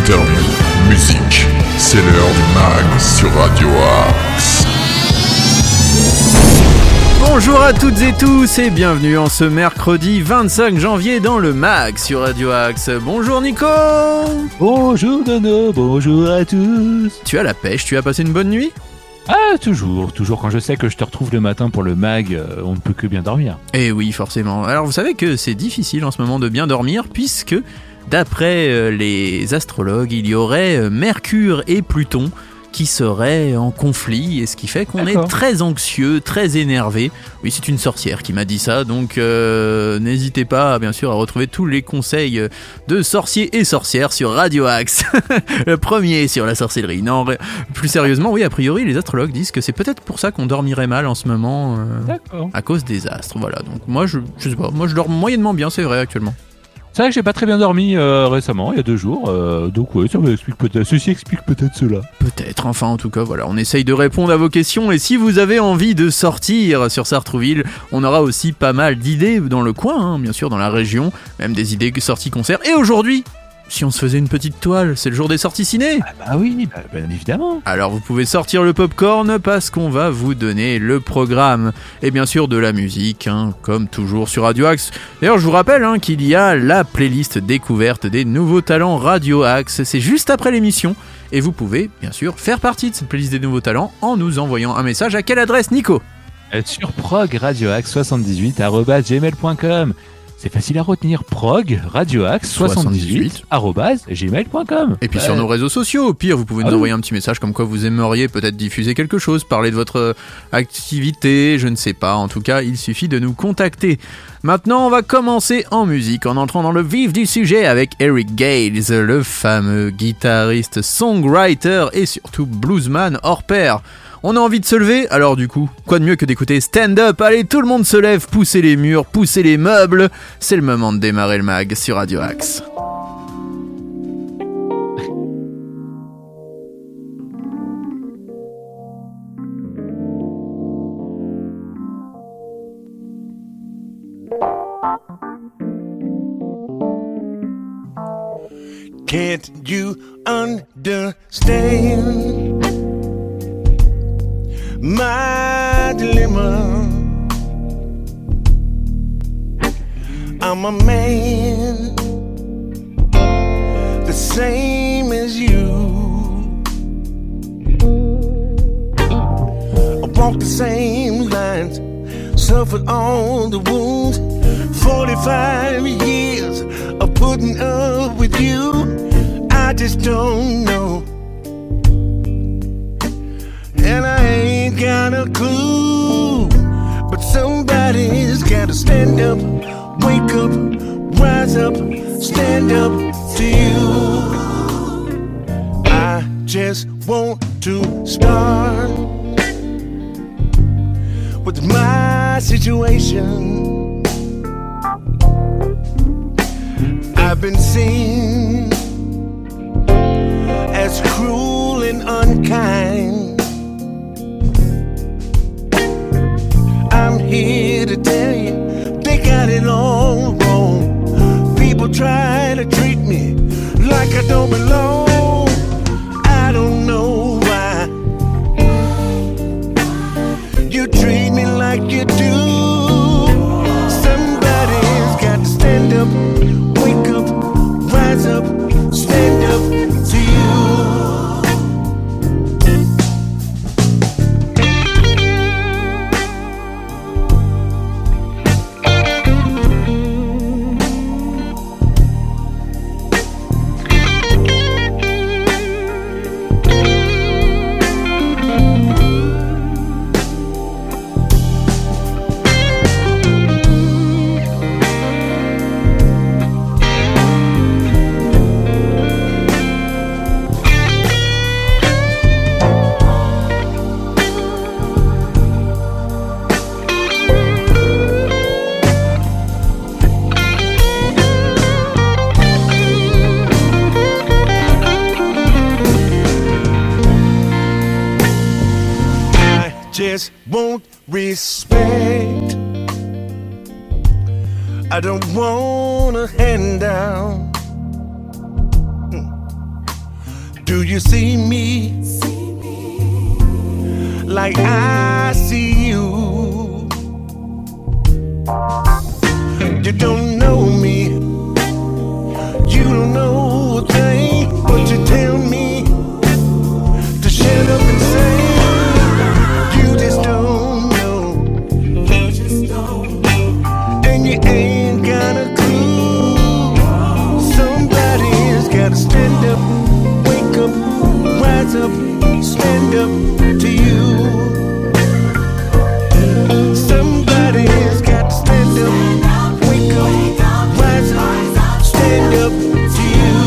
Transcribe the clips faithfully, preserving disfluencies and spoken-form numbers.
termine. Musique, c'est l'heure du mag sur Radio Axe. Bonjour à toutes et tous et bienvenue en ce mercredi vingt-cinq janvier dans le mag sur Radio Axe. Bonjour Nico. Bonjour Dono, bonjour à tous. Tu as la pêche, tu as passé une bonne nuit ? Ah, toujours, toujours quand je sais que je te retrouve le matin pour le mag, euh, on ne peut que bien dormir. Eh oui, forcément. Alors vous savez que c'est difficile en ce moment de bien dormir puisque, d'après euh, les astrologues, il y aurait euh, Mercure et Pluton qui seraient en conflit, et ce qui fait qu'on D'accord. est très anxieux, très énervé. Oui, c'est une sorcière qui m'a dit ça, donc euh, n'hésitez pas, bien sûr, à retrouver tous les conseils de sorciers et sorcières sur Radio Axe, le premier sur la sorcellerie. Non, plus sérieusement, oui, a priori, les astrologues disent que c'est peut-être pour ça qu'on dormirait mal en ce moment, euh, D'accord. à cause des astres, voilà. Donc moi, je, je sais pas, moi je dors moyennement bien, c'est vrai, actuellement. C'est vrai que j'ai pas très bien dormi euh, récemment, il y a deux jours, euh, donc ouais, ça explique peut-être, ceci explique peut-être cela. Peut-être, enfin en tout cas voilà, on essaye de répondre à vos questions et si vous avez envie de sortir sur Sartrouville, on aura aussi pas mal d'idées dans le coin, hein, bien sûr dans la région, même des idées sorties concerts. Et aujourd'hui, si on se faisait une petite toile, c'est le jour des sorties ciné. Ah bah oui, bah, bien évidemment. Alors vous pouvez sortir le popcorn parce qu'on va vous donner le programme. Et bien sûr de la musique, hein, comme toujours sur Radio Axe. D'ailleurs je vous rappelle hein, qu'il y a la playlist découverte des nouveaux talents Radio Axe. C'est juste après l'émission. Et vous pouvez bien sûr faire partie de cette playlist des nouveaux talents en nous envoyant un message. À quelle adresse, Nico ? Sur prog radio axe soixante-dix-huit arobase gmail point com. C'est facile à retenir, prog radio axe soixante-dix-huit arobase gmail point com. Et puis ouais. sur nos réseaux sociaux, au pire, vous pouvez nous ah envoyer oui. un petit message comme quoi vous aimeriez peut-être diffuser quelque chose, parler de votre activité, je ne sais pas. En tout cas, il suffit de nous contacter. Maintenant, on va commencer en musique en entrant dans le vif du sujet avec Eric Gales, le fameux guitariste, songwriter et surtout bluesman hors pair. On a envie de se lever, alors du coup, quoi de mieux que d'écouter Stand Up ? Allez, tout le monde se lève, poussez les murs, poussez les meubles. C'est le moment de démarrer le mag sur Radio Axe. Can't you understand my dilemma? I'm a man, the same as you. I walk the same lines, suffered all the wounds. Forty-five years of putting up with you. I just don't know, and I ain't got a clue. But somebody's gotta stand up, wake up, rise up, stand up to you. I just want to start with my situation. I've been seen as cruel and unkind. I'm here to tell you, they got it all wrong. People try to treat me like I don't belong. I don't know why you treat me like you do. Somebody's got to stand up, wake up, rise up, stand up to you. Just want respect. I don't want a handout. Do you see me like I see you? You don't know me, you don't know a thing, but you tell me to shut up and say you just don't know, you just don't know, and you ain't got a clue. Somebody's gotta stand up, wake up, rise up, stand up to you. Somebody's got to stand up, wake up, rise up, stand up to you.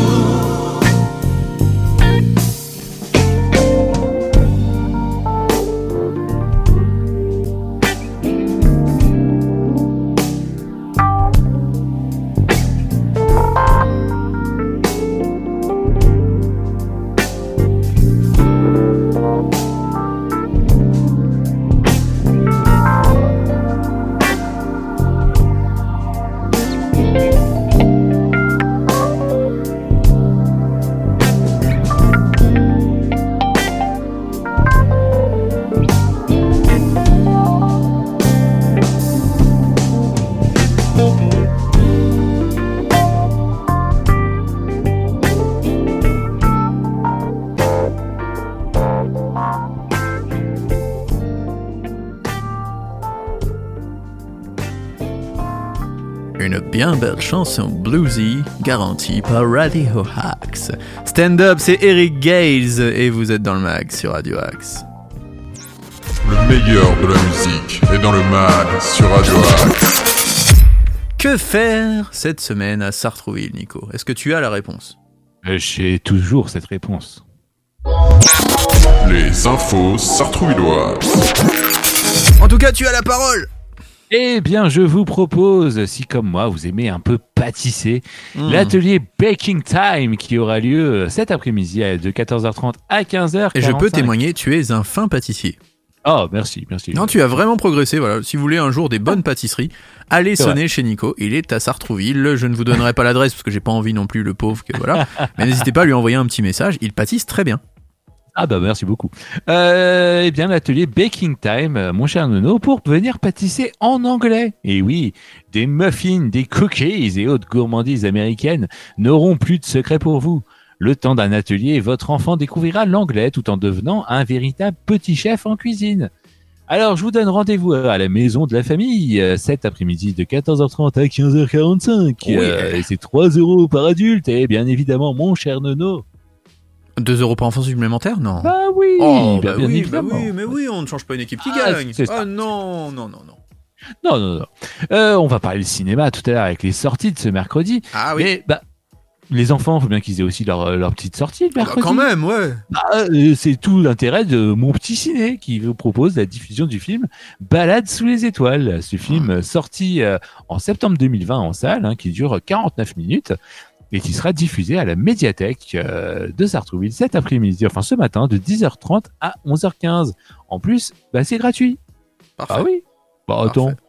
Une bien belle chanson bluesy garantie par Radio Axe. Stand Up, c'est Eric Gales et vous êtes dans le mag sur Radio Axe. Le meilleur de la musique est dans le mag sur Radio Axe. Que faire cette semaine à Sartrouville, Nico? Est-ce que tu as la réponse? Euh, J'ai toujours cette réponse. Les infos sartrouvilloises. En tout cas, tu as la parole. Eh bien, je vous propose, si comme moi, vous aimez un peu pâtisser, Mmh. l'atelier Baking Time qui aura lieu cet après-midi de quatorze heures trente à quinze heures quarante-cinq. Et je peux témoigner, tu es un fin pâtissier. Oh, merci, merci. Non, tu as vraiment progressé. Voilà. Si vous voulez un jour des bonnes pâtisseries, allez C'est sonner vrai. chez Nico. Il est à Sartrouville. Je ne vous donnerai pas l'adresse parce que j'ai pas envie non plus, le pauvre. Que voilà. Mais n'hésitez pas à lui envoyer un petit message. Il pâtisse très bien. Ah bah merci beaucoup. Euh, eh bien, l'atelier Baking Time, euh, mon cher Nono, pour venir pâtisser en anglais. Et oui, des muffins, des cookies et autres gourmandises américaines n'auront plus de secret pour vous. Le temps d'un atelier, votre enfant découvrira l'anglais tout en devenant un véritable petit chef en cuisine. Alors, je vous donne rendez-vous à la maison de la famille euh, cet après-midi de quatorze heures trente à quinze heures quarante-cinq. Oui. Euh, et c'est trois euros par adulte. Et bien évidemment, mon cher Nono. deux euros par enfant supplémentaire? Non. Bah oui, Oh, bien, bah bien oui, bah évidemment. oui, mais oui, on ne change pas une équipe qui Ah, gagne. c'est ça. Ah non, non, non, non. Non, non, non. Euh, on va parler de cinéma tout à l'heure avec les sorties de ce mercredi. Ah oui. Mais bah, les enfants, faut bien qu'ils aient aussi leur, leur petite sortie le Ah bah, mercredi. quand même, ouais. Bah, euh, c'est tout l'intérêt de Mon Petit Ciné qui vous propose la diffusion du film Balade sous les étoiles. Ce film Ah. sorti euh, en septembre deux mille vingt en salle, hein, qui dure quarante-neuf minutes et qui sera diffusé à la médiathèque euh, de Sartrouville cet après-midi, enfin ce matin, de dix heures trente à onze heures quinze. En plus, bah, c'est gratuit. Parfait. Ah oui. Bah attends. Parfait.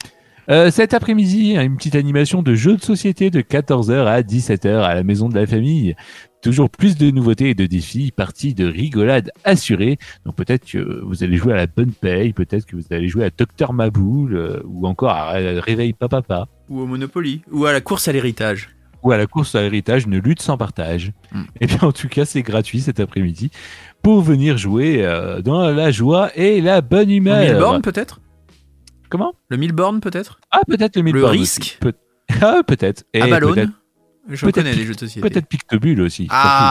Euh, cet après-midi, une petite animation de jeux de société de quatorze heures à dix-sept heures à la maison de la famille. Toujours plus de nouveautés et de défis, partie de rigolade assurée. Donc peut-être que vous allez jouer à la bonne paye, peut-être que vous allez jouer à Docteur Maboul, euh, ou encore à Réveille Papa Papa, Ou au Monopoly. Ou à la course à l'héritage. ou à la course à l'héritage, une lutte sans partage. Mm. Et bien en tout cas, c'est gratuit cet après-midi pour venir jouer euh, dans la joie et la bonne Le humeur. mille bornes peut-être? Comment? Le mille bornes peut-être? Ah, peut-être le mille Le bornes risque. aussi. Peut- ah, peut-être. Et À Ballon? peut-être- Je peut-être connais Pic- les jeux de société. Peut-être Pictobule aussi.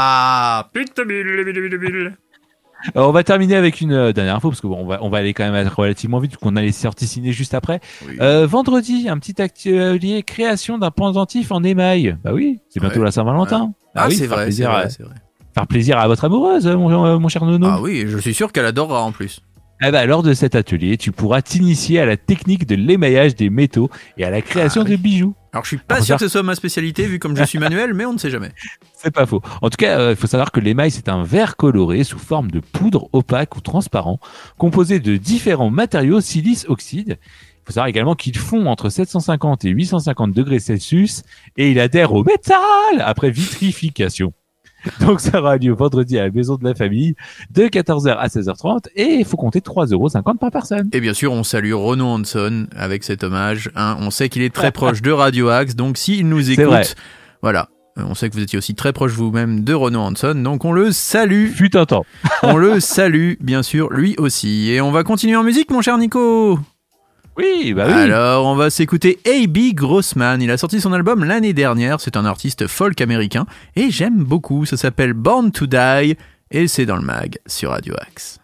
Ah, Pictobule, bule, bule, bule. Alors, on va terminer avec une euh, dernière info parce qu'on va, on va aller quand même relativement vite puisqu'on a les sorties ciné juste après. Oui. Euh, vendredi, un petit atelier création d'un pendentif en émail. Bah oui, c'est bientôt Ouais. la Saint-Valentin. Bah Ah, oui, c'est faire vrai, c'est plaisir, vrai, à, c'est vrai. faire plaisir à votre amoureuse, mon, euh, mon cher Nono. Ah oui, je suis sûr qu'elle adorera en plus. Eh ben, lors de cet atelier, tu pourras t'initier à la technique de l'émaillage des métaux et à la création Ah oui. de bijoux. Alors je suis pas Alors, sûr ça- que ce soit ma spécialité vu comme je suis manuel, mais on ne sait jamais. C'est pas faux. En tout cas, il euh, faut savoir que l'émail, c'est un verre coloré sous forme de poudre opaque ou transparent, composé de différents matériaux silice-oxyde. Il faut savoir également qu'il fond entre sept cent cinquante et huit cent cinquante degrés Celsius et il adhère au métal après vitrification. Donc ça aura lieu vendredi à la Maison de la Famille de quatorze heures à seize heures trente et il faut compter trois euros cinquante par personne. Et bien sûr, on salue Renaud Hanson avec cet hommage. Hein. On sait qu'il est très proche de Radio Axe, donc s'il nous écoute, voilà. On sait que vous étiez aussi très proche vous-même de Renaud Hanson, donc on le salue. Fut un temps. On le salue, bien sûr, lui aussi. Et on va continuer en musique, mon cher Nico. Oui, bah oui. Alors, on va s'écouter A B Grossman. Il a sorti son album l'année dernière. C'est un artiste folk américain et j'aime beaucoup. Ça s'appelle Born to Die et c'est dans le mag sur Radio Axe.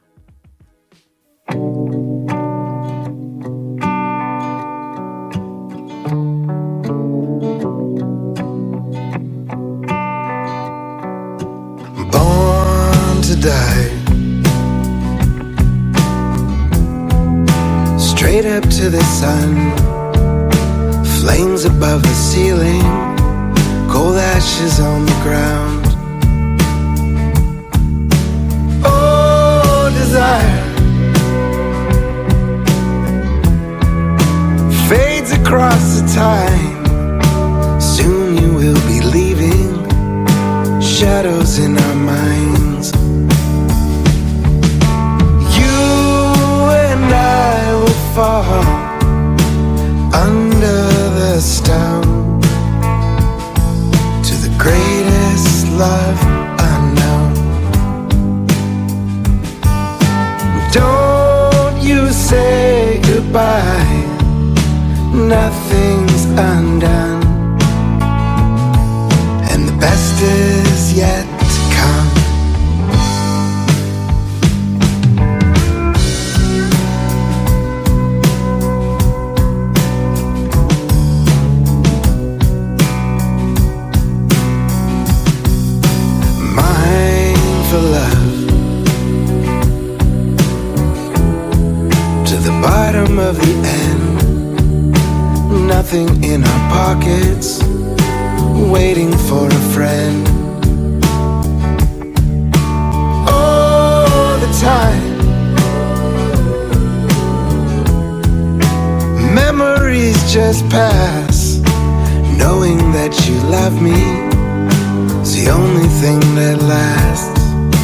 Born to die, straight up to the sun, flames above the ceiling, cold ashes on the ground. Oh, desire fades across the time. Soon you will be leaving shadows in our minds. You and I will fall under the stone to the greatest love unknown. Don't you say goodbye, nothing's undone, and the best is yet to come. Mine for love, to the bottom of the end, nothing in our pockets, waiting for a friend. All the time, memories just pass, knowing that you love me is the only thing that lasts.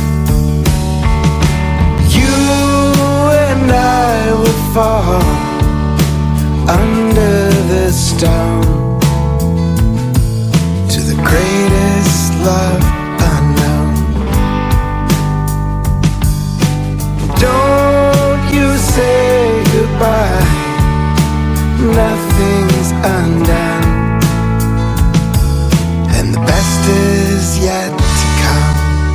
You and I will fall under the stone to the greatest love unknown. Don't you say goodbye, nothing's undone, and the best is yet to come.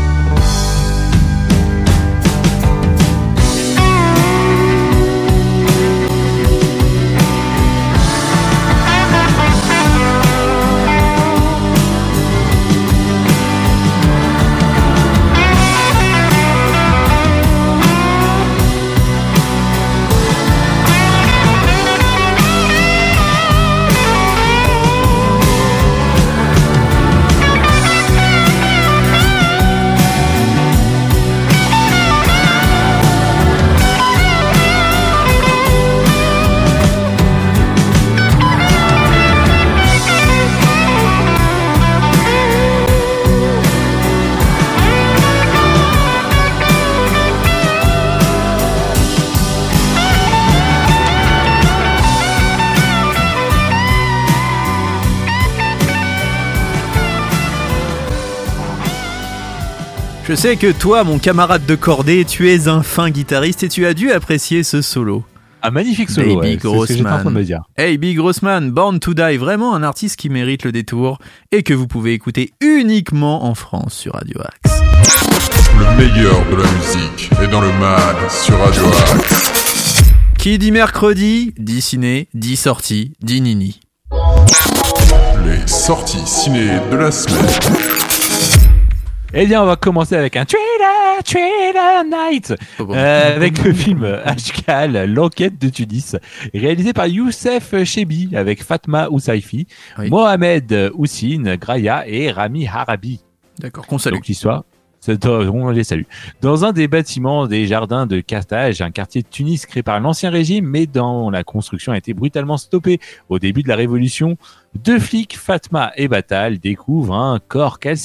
Je sais que toi, mon camarade de cordée, tu es un fin guitariste et tu as dû apprécier ce solo. Un magnifique solo, ouais, c'est ce que j'étais en train de me dire. A B Grossman, Born to Die, vraiment un artiste qui mérite le détour et que vous pouvez écouter uniquement en France sur Radio Axe. Le meilleur de la musique est dans le mag sur Radio Axe. Qui dit mercredi, dit ciné, dit sortie, dit nini. Les sorties ciné de la semaine. Eh bien, on va commencer avec un Thriller, Thriller Night, euh, avec le film Ashkal, l'enquête de Tunis, réalisé par Youssef Chebbi, avec Fatma Oussaifi, oui. Mohamed Houssine Graya et Rami Harabi. D'accord, qu'on salue. Donc l'histoire, c'est, on les salue. Dans un des bâtiments des jardins de Carthage, un quartier de Tunis créé par l'ancien régime, mais dont la construction a été brutalement stoppée au début de la révolution, deux flics, Fatma et Batal, découvrent un corps calciné.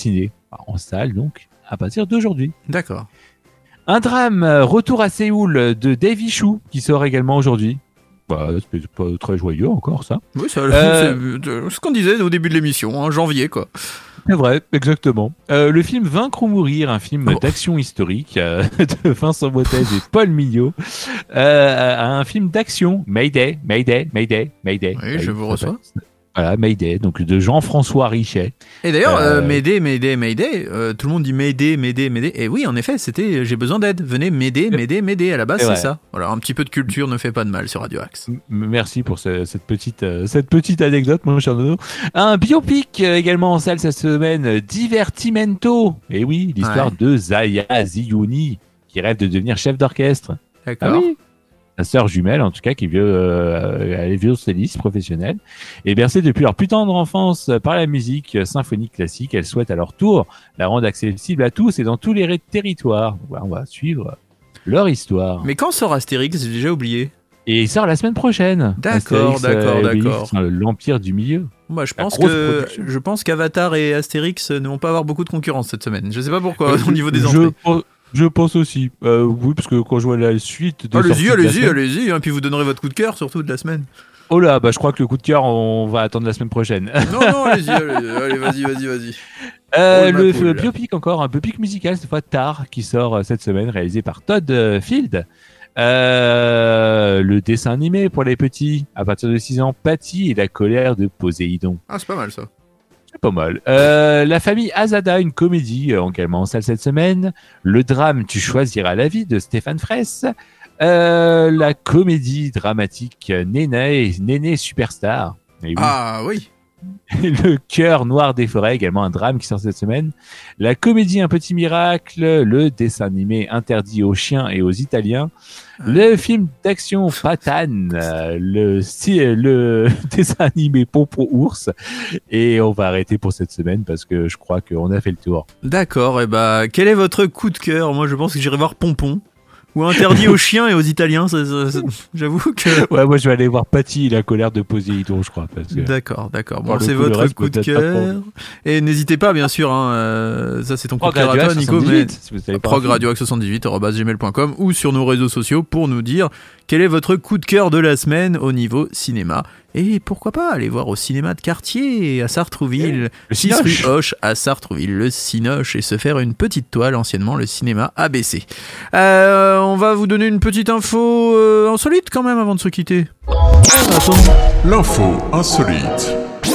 en salle donc à partir d'aujourd'hui. D'accord. Un drame, euh, Retour à Séoul de Davy Chou qui sort également aujourd'hui. Bah, c'est pas très joyeux encore ça. Oui, ça, Euh, c'est ce qu'on disait au début de l'émission, hein, janvier quoi. C'est vrai, exactement. Euh, le film Vaincre ou mourir, un film Oh. d'action historique euh, de Vincent Bottez et Paul Millot. Euh, un film d'action, Mayday, Mayday, Mayday, Mayday. Oui, je vous ça reçois. s'appelle. Voilà, Mayday, donc de Jean-François Richet. Et d'ailleurs, euh, Euh, m'aider, m'aider, m'aider, euh, tout le monde dit m'aider, m'aider, m'aider. Et oui, en effet, c'était j'ai besoin d'aide. Venez m'aider, m'aider, m'aider. À la base, C'est c'est vrai. ça. Voilà, un petit peu de culture ne fait pas de mal sur Radio Axe. M- Merci pour ce- cette petite euh, cette petite anecdote, mon cher Nono. Un biopic euh, également en salle cette semaine, Divertimento. Et oui, l'histoire Ouais. de Zaya Ziouni qui rêve de devenir chef d'orchestre. D'accord. Ah oui. Sa sœur jumelle, en tout cas, qui est vieux, euh, elle est violoncelliste professionnelle. Et bercée depuis leur plus tendre enfance par la musique symphonique classique, elle souhaite à leur tour la rendre accessible à tous et dans tous les ré- territoires. Donc, voilà, on va suivre leur histoire. Mais quand sort Astérix, j'ai déjà oublié. Et il sort la semaine prochaine. D'accord, Astérix, d'accord, euh, Obélix, d'accord. enfin, l'Empire du Milieu. Moi, je La pense grosse que production. je pense qu'Avatar et Astérix ne vont pas avoir beaucoup de concurrence cette semaine. Je sais pas pourquoi Euh, au niveau des je, entrées. pense- je pense aussi. Euh, oui, parce que quand je vois la suite de Allez-y, sorties de la allez-y, semaine- allez-y. Hein, puis vous donnerez votre coup de cœur surtout de la semaine. Oh là, bah je crois que le coup de cœur, on va attendre la semaine prochaine. Non, non, allez-y, allez, allez, vas-y, vas-y, vas-y. Euh, Roule ma le poule, le là. biopic encore, un biopic musical cette fois Tar qui sort euh, cette semaine, réalisé par Todd euh, Field. Euh, le dessin animé pour les petits à partir de six ans, Patty et la colère de Poséidon. Ah, c'est pas mal ça. C'est pas mal. Euh, la famille Azada, une comédie euh, également en salle cette semaine. Le drame Tu choisiras la vie de Stéphane Fraisse. Euh, la comédie dramatique Néné, Néné Superstar. Et oui. Ah oui. Le cœur noir des forêts, également un drame qui sort cette semaine. La comédie Un petit miracle, le dessin animé interdit aux chiens et aux Italiens. Le film d'action Patane, euh, le, si- le dessin animé Pompon Ours. Et on va arrêter pour cette semaine parce que je crois qu'on a fait le tour. D'accord, et bah, quel est votre coup de cœur? Moi, je pense que j'irai voir Pompon. Ou interdit aux chiens et aux Italiens, ça- ça- ça- j'avoue que... Ouais, moi je vais aller voir Patty et la colère de Poséidon, je crois. Parce que... D'accord, d'accord. Bon, Pour le c'est coup, le votre reste, coup de peut-être pas cœur. Et n'hésitez pas, bien sûr, hein, euh, ça c'est ton coup de Prog cœur à Radio toi, Axe Nico, mais soixante-dix-huit, si vous savez pas un film. progradioax soixante-dix-huit arobase gmail point com ou sur nos réseaux sociaux pour nous dire quel est votre coup de cœur de la semaine au niveau cinéma. Et pourquoi pas aller voir au cinéma de quartier à Sartrouville, Le six Cinoche. rue Hoche à Sartrouville, le Cinoche, et se faire une petite toile, anciennement le cinéma A B C. Euh, on va vous donner une petite info euh, insolite quand même avant de se quitter. L'info insolite.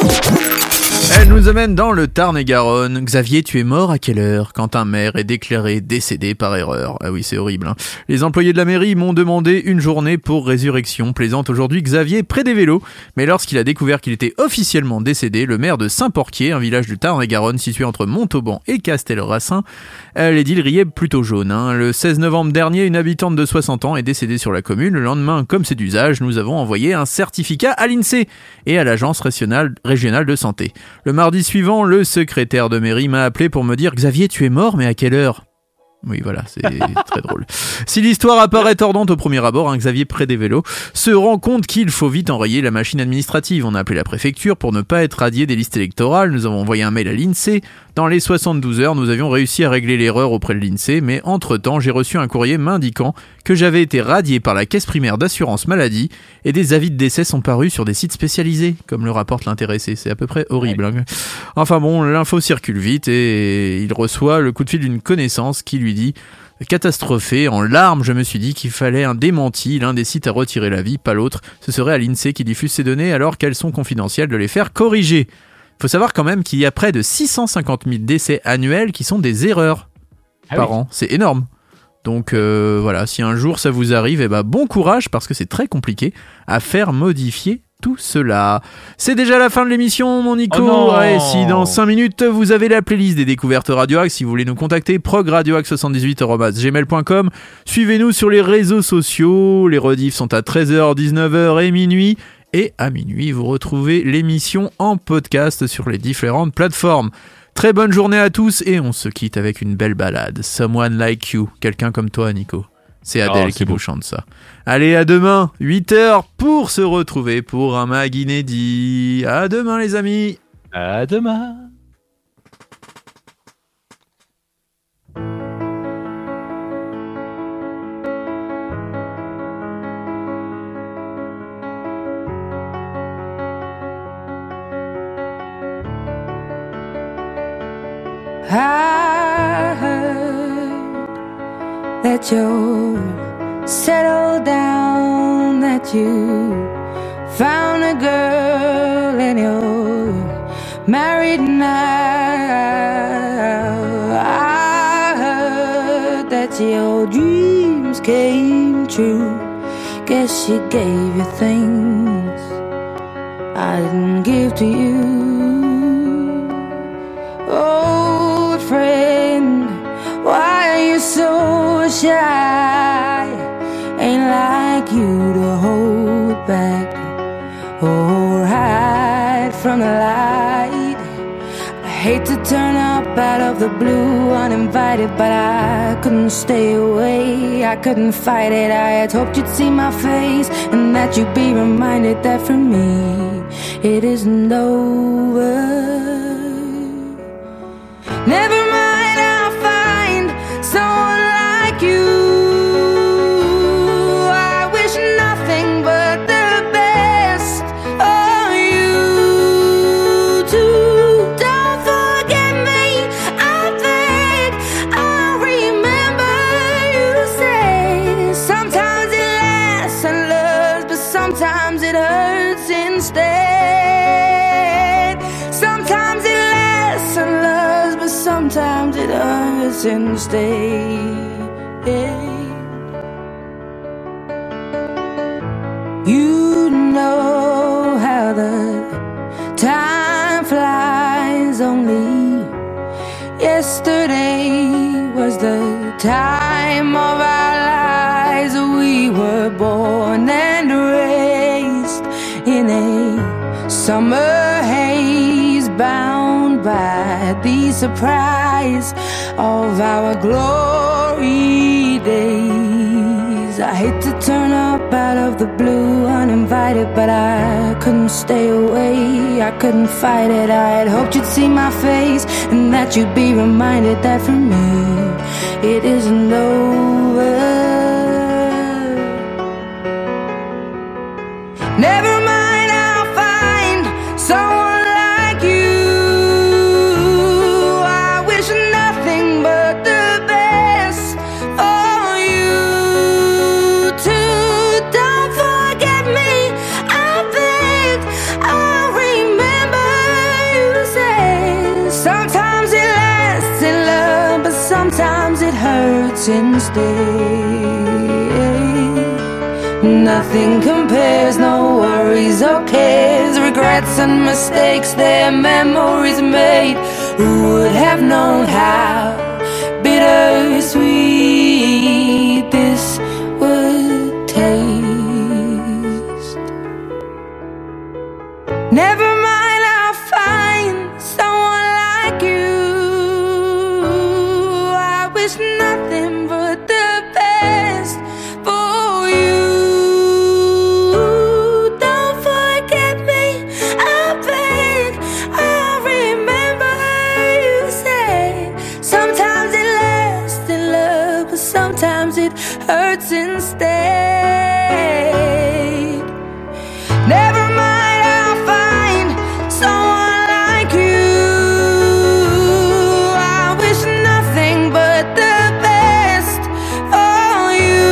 Elle nous amène dans le Tarn-et-Garonne. Xavier, tu es mort à quelle heure quand un maire est déclaré décédé par erreur? Ah oui, c'est horrible. Hein. Les employés de la mairie m'ont demandé une journée pour résurrection. Plaisante aujourd'hui Xavier près des vélos. Mais lorsqu'il a découvert qu'il était officiellement décédé, le maire de Saint-Porquier, un village du Tarn-et-Garonne situé entre Montauban et Castelracin, euh, les deals riaient plutôt jaunes. Hein. Le seize novembre dernier, une habitante de soixante ans est décédée sur la commune. Le lendemain, comme c'est d'usage, nous avons envoyé un certificat à l'INSEE et à l'agence régionale, régionale de santé. Le mardi suivant, le secrétaire de mairie m'a appelé pour me dire « Xavier, tu es mort, mais à quelle heure ?» Oui, voilà, c'est très drôle. Si l'histoire apparaît tordante au premier abord, hein, Xavier, près des vélos, se rend compte qu'il faut vite enrayer la machine administrative. On a appelé la préfecture pour ne pas être radié des listes électorales. Nous avons envoyé un mail à l'INSEE. Dans les soixante-douze heures, nous avions réussi à régler l'erreur auprès de l'INSEE, mais entre-temps, j'ai reçu un courrier m'indiquant que j'avais été radié par la caisse primaire d'assurance maladie et des avis de décès sont parus sur des sites spécialisés, comme le rapporte l'intéressé. C'est à peu près horrible. Hein. Enfin bon, l'info circule vite et il reçoit le coup de fil d'une connaissance qui lui dit catastrophé, en larmes, je me suis dit qu'il fallait un démenti, l'un des sites à retirer l'avis, pas l'autre. Ce serait à l'INSEE qui diffuse ces données alors qu'elles sont confidentielles de les faire corriger. Faut savoir quand même qu'il y a près de six cent cinquante mille décès annuels qui sont des erreurs Ah par oui. an. C'est énorme. Donc euh, voilà, si un jour ça vous arrive, eh ben bon courage parce que c'est très compliqué à faire modifier tout cela. C'est déjà la fin de l'émission, mon Nico. Oh non. Ouais, si dans cinq minutes vous avez la playlist des découvertes Radio Axe, si vous voulez nous contacter, progradioaxe soixante-dix-huit arobase gmail point com. Suivez-nous sur les réseaux sociaux. Les rediffs sont à treize heures, dix-neuf heures et minuit. Et à minuit, vous retrouvez l'émission en podcast sur les différentes plateformes. Très bonne journée à tous et on se quitte avec une belle balade. Someone Like You, quelqu'un comme toi, Nico. C'est Adèle Oh, qui c'est vous beau. chante ça. Allez, à demain, huit heures pour se retrouver pour un mag inédit. À demain, les amis. À demain. I heard that you're settled down, that you found a girl and you're married now. I heard that your dreams came true. Guess she gave you things I didn't give to you. Old friend, why are you so shy? Ain't like you to hold back or hide from the light. I hate to turn up out of the blue uninvited, but I couldn't stay away, I couldn't fight it. I had hoped you'd see my face and that you'd be reminded that for me it isn't over. Never mind, I'll find someone like you. I wish nothing but the best for you too. Don't forget me, I think I'll remember you say sometimes it lasts and loves, but sometimes it hurts instead. Sometimes it lasts and loves, but sometimes it hurts instead. You know how the time flies. Only yesterday was the time of our lives. We were born and raised in a summer haze, bound by the surprise of our glory days. I hate to turn up out of the blue uninvited, but I couldn't stay away, I couldn't fight it. I had hoped you'd see my face and that you'd be reminded that for me it isn't over. Never mind, I'll find someone like you. I wish nothing but the best for you too. Don't forget me, I think I'll remember you say sometimes it lasts in love, but sometimes it hurts instead. Nothing compares, no worries or cares, regrets and mistakes, their memories made. Who would have known how bittersweet this would taste? Never mind, I'll find someone like you. I wish nothing but the best for you. Don't forget me, I beg, I'll remember you say sometimes it lasts in love, but sometimes it hurts instead. Never mind, I'll find someone like you. I wish nothing but the best for you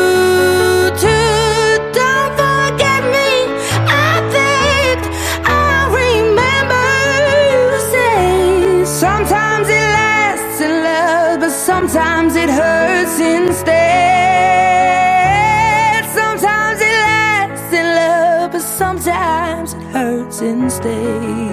too. Don't forget me, I think I'll remember you say sometimes it lasts in love, but sometimes it hurts instead. Sometimes it lasts in love, but sometimes it hurts instead.